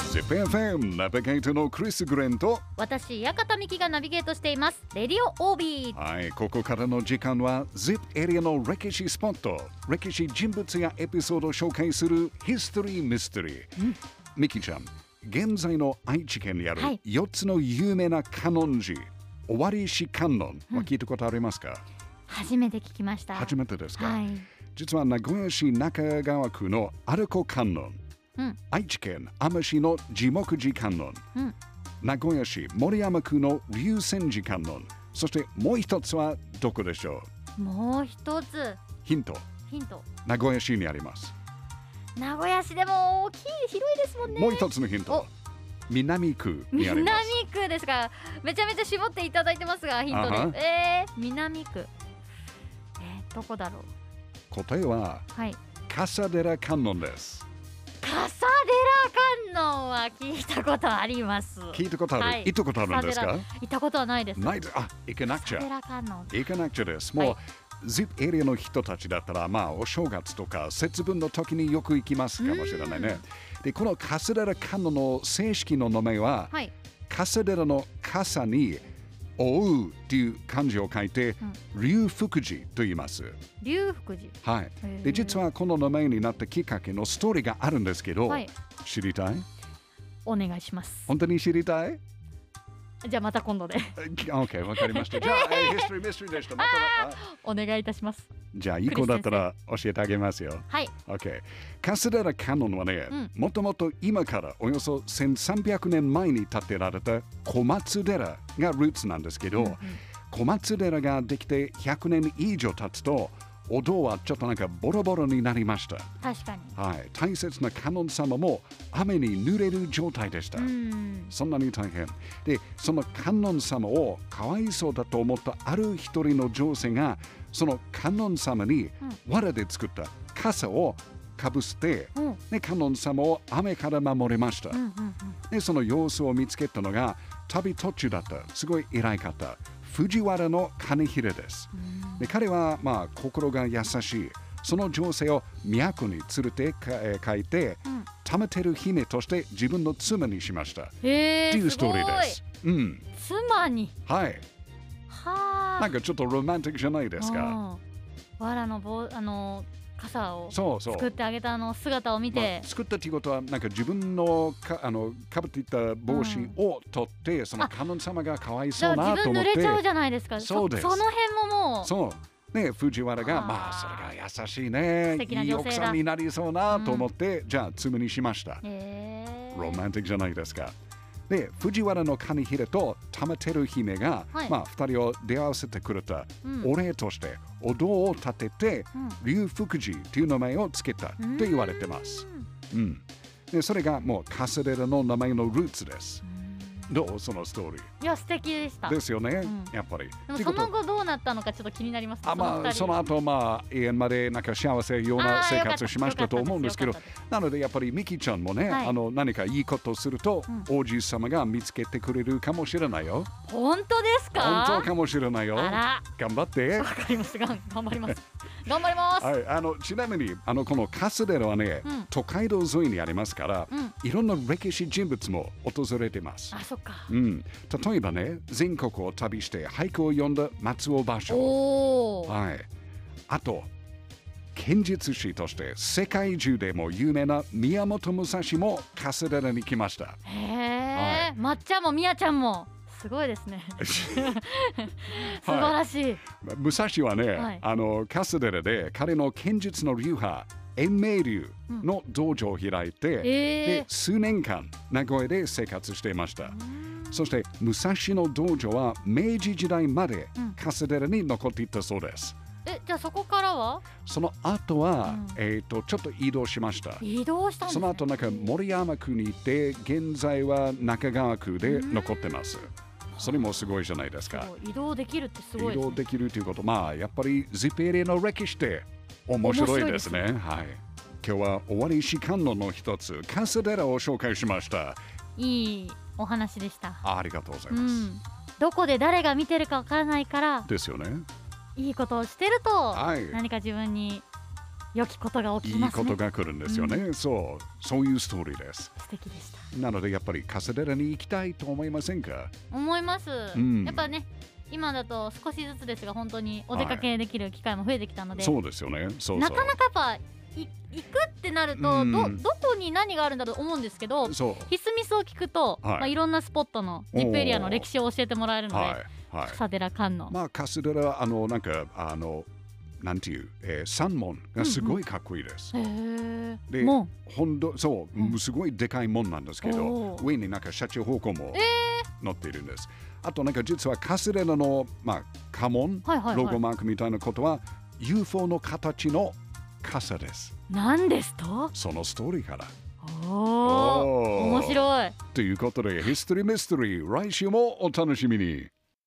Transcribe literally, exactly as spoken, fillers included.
ゼップエフエム ナビゲーターのクリス・グレンと私、館美希がナビゲートしていますレディオ オービー。 はい、ここからの時間は ゼップ エリアの歴史スポット、歴史人物やエピソードを紹介するヒストリー・ミステリー、うん、ミキちゃん、現在の愛知県にあるよっつの有名な観音寺、尾張市観音は聞いたことありますか？うん、 初めて聞きました。 初めてですか？ はい、 実は名古屋市中川区の荒子観音、うん、愛知県天市の地木寺観音、うん、名古屋市守山区の龍泉寺観音、そしてもう一つはどこでしょう？もう一つヒント。 ヒント。 名古屋市にあります。 名古屋市でも大きい、広いですもんね。 もう一つのヒント。南区にあります。 南区ですか？めちゃめちゃ絞っていただいてますがヒントで、えー、南区、えー、どこだろう？ 答えは、はい、笠寺観音です。 笠寺観音は聞いたことあります。 聞いたことある、はい、行ったことあるんですか？ 行ったことはないです。 ないです。あ、行かなくちゃ。 笠寺観音行かなくちゃです。もう、はい、ゼップ エリアの人たちだったら、まあ、お正月とか節分の時によく行きますかもしれないね。で、この笠寺観音の正式の名前は、はい、笠寺の笠に覆うという漢字を書いて、うん、龍福寺と言います。 龍福寺。 はい。で、実はこの名前になったきっかけのストーリーがあるんですけど、はい、知りたい？ お願いします。 本当に知りたい？ じゃあまた今度で。 OK、わかりました。じゃあ、ヒストリーミステリーでした。またお願いいたします。 じゃあ、いい子だったら教えてあげますよ。 はい。 OK。笠寺観音はね、もともと今からおよそせんさんびゃくねんまえに建てられた小松寺がルーツなんですけど、うんうん、小松寺ができてひゃくねん以上経つと、お堂はちょっとなんかボロボロになりました。 確かに。 はい。大切な観音様も雨に濡れる状態でした。うん、そんなに大変。で、その観音様をかわいそうだと思ったある一人の女性が、その観音様に藁で作った傘をかぶせて、うん、で観音様を雨から守りました。うんうんうん、で、その様子を見つけたのが旅途中だったすごい偉い方、藤原の兼秀です。で彼は、まあ、心が優しい。その女性を都に連れて帰って、うん、玉照姫として自分の妻にしました。 へー、 っていうストーリーです。うん、 妻に。 はい。はあ。なんかちょっとロマンティックじゃないですか。 藁の棒、あの傘を作ってあげたあの姿を見て、 まあ、作ったということはなんか自分のかあのかぶっていた帽子を取って、うん、その観音様がかわいそうなと思って、 自分濡れちゃうじゃないですか。 そうです。 そ, その辺ももうそうね、藤原がまあそれが優しいね、いい奥さんになりそうなと思って、うん、じゃあ妻にしました。ロマンティックじゃないですか。で、藤原の兼秀と玉照姫が、はい、まあ、ふたりを出会わせてくれたお礼として、うん、お堂を建てて、うん、龍福寺という名前をつけたと言われてます。うん、でそれがもう笠寺の名前のルーツです。どうそのストーリー？ いや素敵でした。 ですよね、うん、やっぱり。 でもその後どうなったのかちょっと気になりますね。 あ、まあ、その後まあ永遠までなんか幸せような生活をしましたと思うんですけど、なのでやっぱりミキちゃんもね、はい、あの何かいいことをすると、うん、王子様が見つけてくれるかもしれないよ。 本当ですか？ 本当かもしれないよ。 あら、 頑張って。 わかりました。頑張ります。頑張ります。 はい、あのちなみにあのこの笠寺はね、うん、都街道沿いにありますから、うん、いろんな歴史人物も訪れてます。 あ、そっか。 うん。例えばね、全国を旅して俳句を読んだ松尾芭蕉、はい、あと剣術師として世界中でも有名な宮本武蔵も笠寺に来ました。 へえ、はい、まっちゃんもみやちゃんもすごいですね。素晴らしい。はい、 武蔵はね、はい、あの笠寺で彼の剣術の流派延命流の道場を開いて、うん、で数年間名古屋で生活していました。そして武蔵野道場は明治時代まで笠寺に残っていたそうです。 うん、え、じゃあそこからは？ その後は、うん、えっとちょっと移動しました。 移動したんですね。 その後なんか守山区に行って現在は中川区で残ってます。それもすごいじゃないですか。 移動できるってすごいですね。 移動できるということ、まあやっぱりゼップエリアの歴史って面白いですね。はい。今日は尾張市観音の一つ笠寺を紹介しました。 いいお話でした。 あ, ありがとうございます、うん、 どこで誰が見てるかわからないからですよね。 いいことをしてると、はい、何か自分に良きことが起きますね。 いいことが来るんですよね、うん、そうそういうストーリーです。 素敵でした。 なのでやっぱりカステラに行きたいと思いませんか？ 思います、 うん、 やっぱね今だと少しずつですが本当にお出かけできる機会も増えてきたので、 はい、そうですよね。そうそうなかなかやっぱい行くってなると、うん、ど, どこに何があるんだろうと思うんですけど、 そうヒスミスを聞くと、はいまあ、いろんなスポットのジップエリアの歴史を教えてもらえるので、はいはい、カステラ観音、 まあ、カステラあのなんかあのなんていう、えー、三門がすごいかっこいいです。 うんうん、 で門ほんとそう、うん、すごいでかい門なんですけど、上になんかシャチホコも乗っているんです。あとなんか実はカステラの、まあ、家紋、はいはいはい、ロゴマークみたいなことは ユーフォー の形の傘です。 なんですと？ そのストーリーから。 おお、面白い。 ということでヒストリーミステリー、来週もお楽しみに。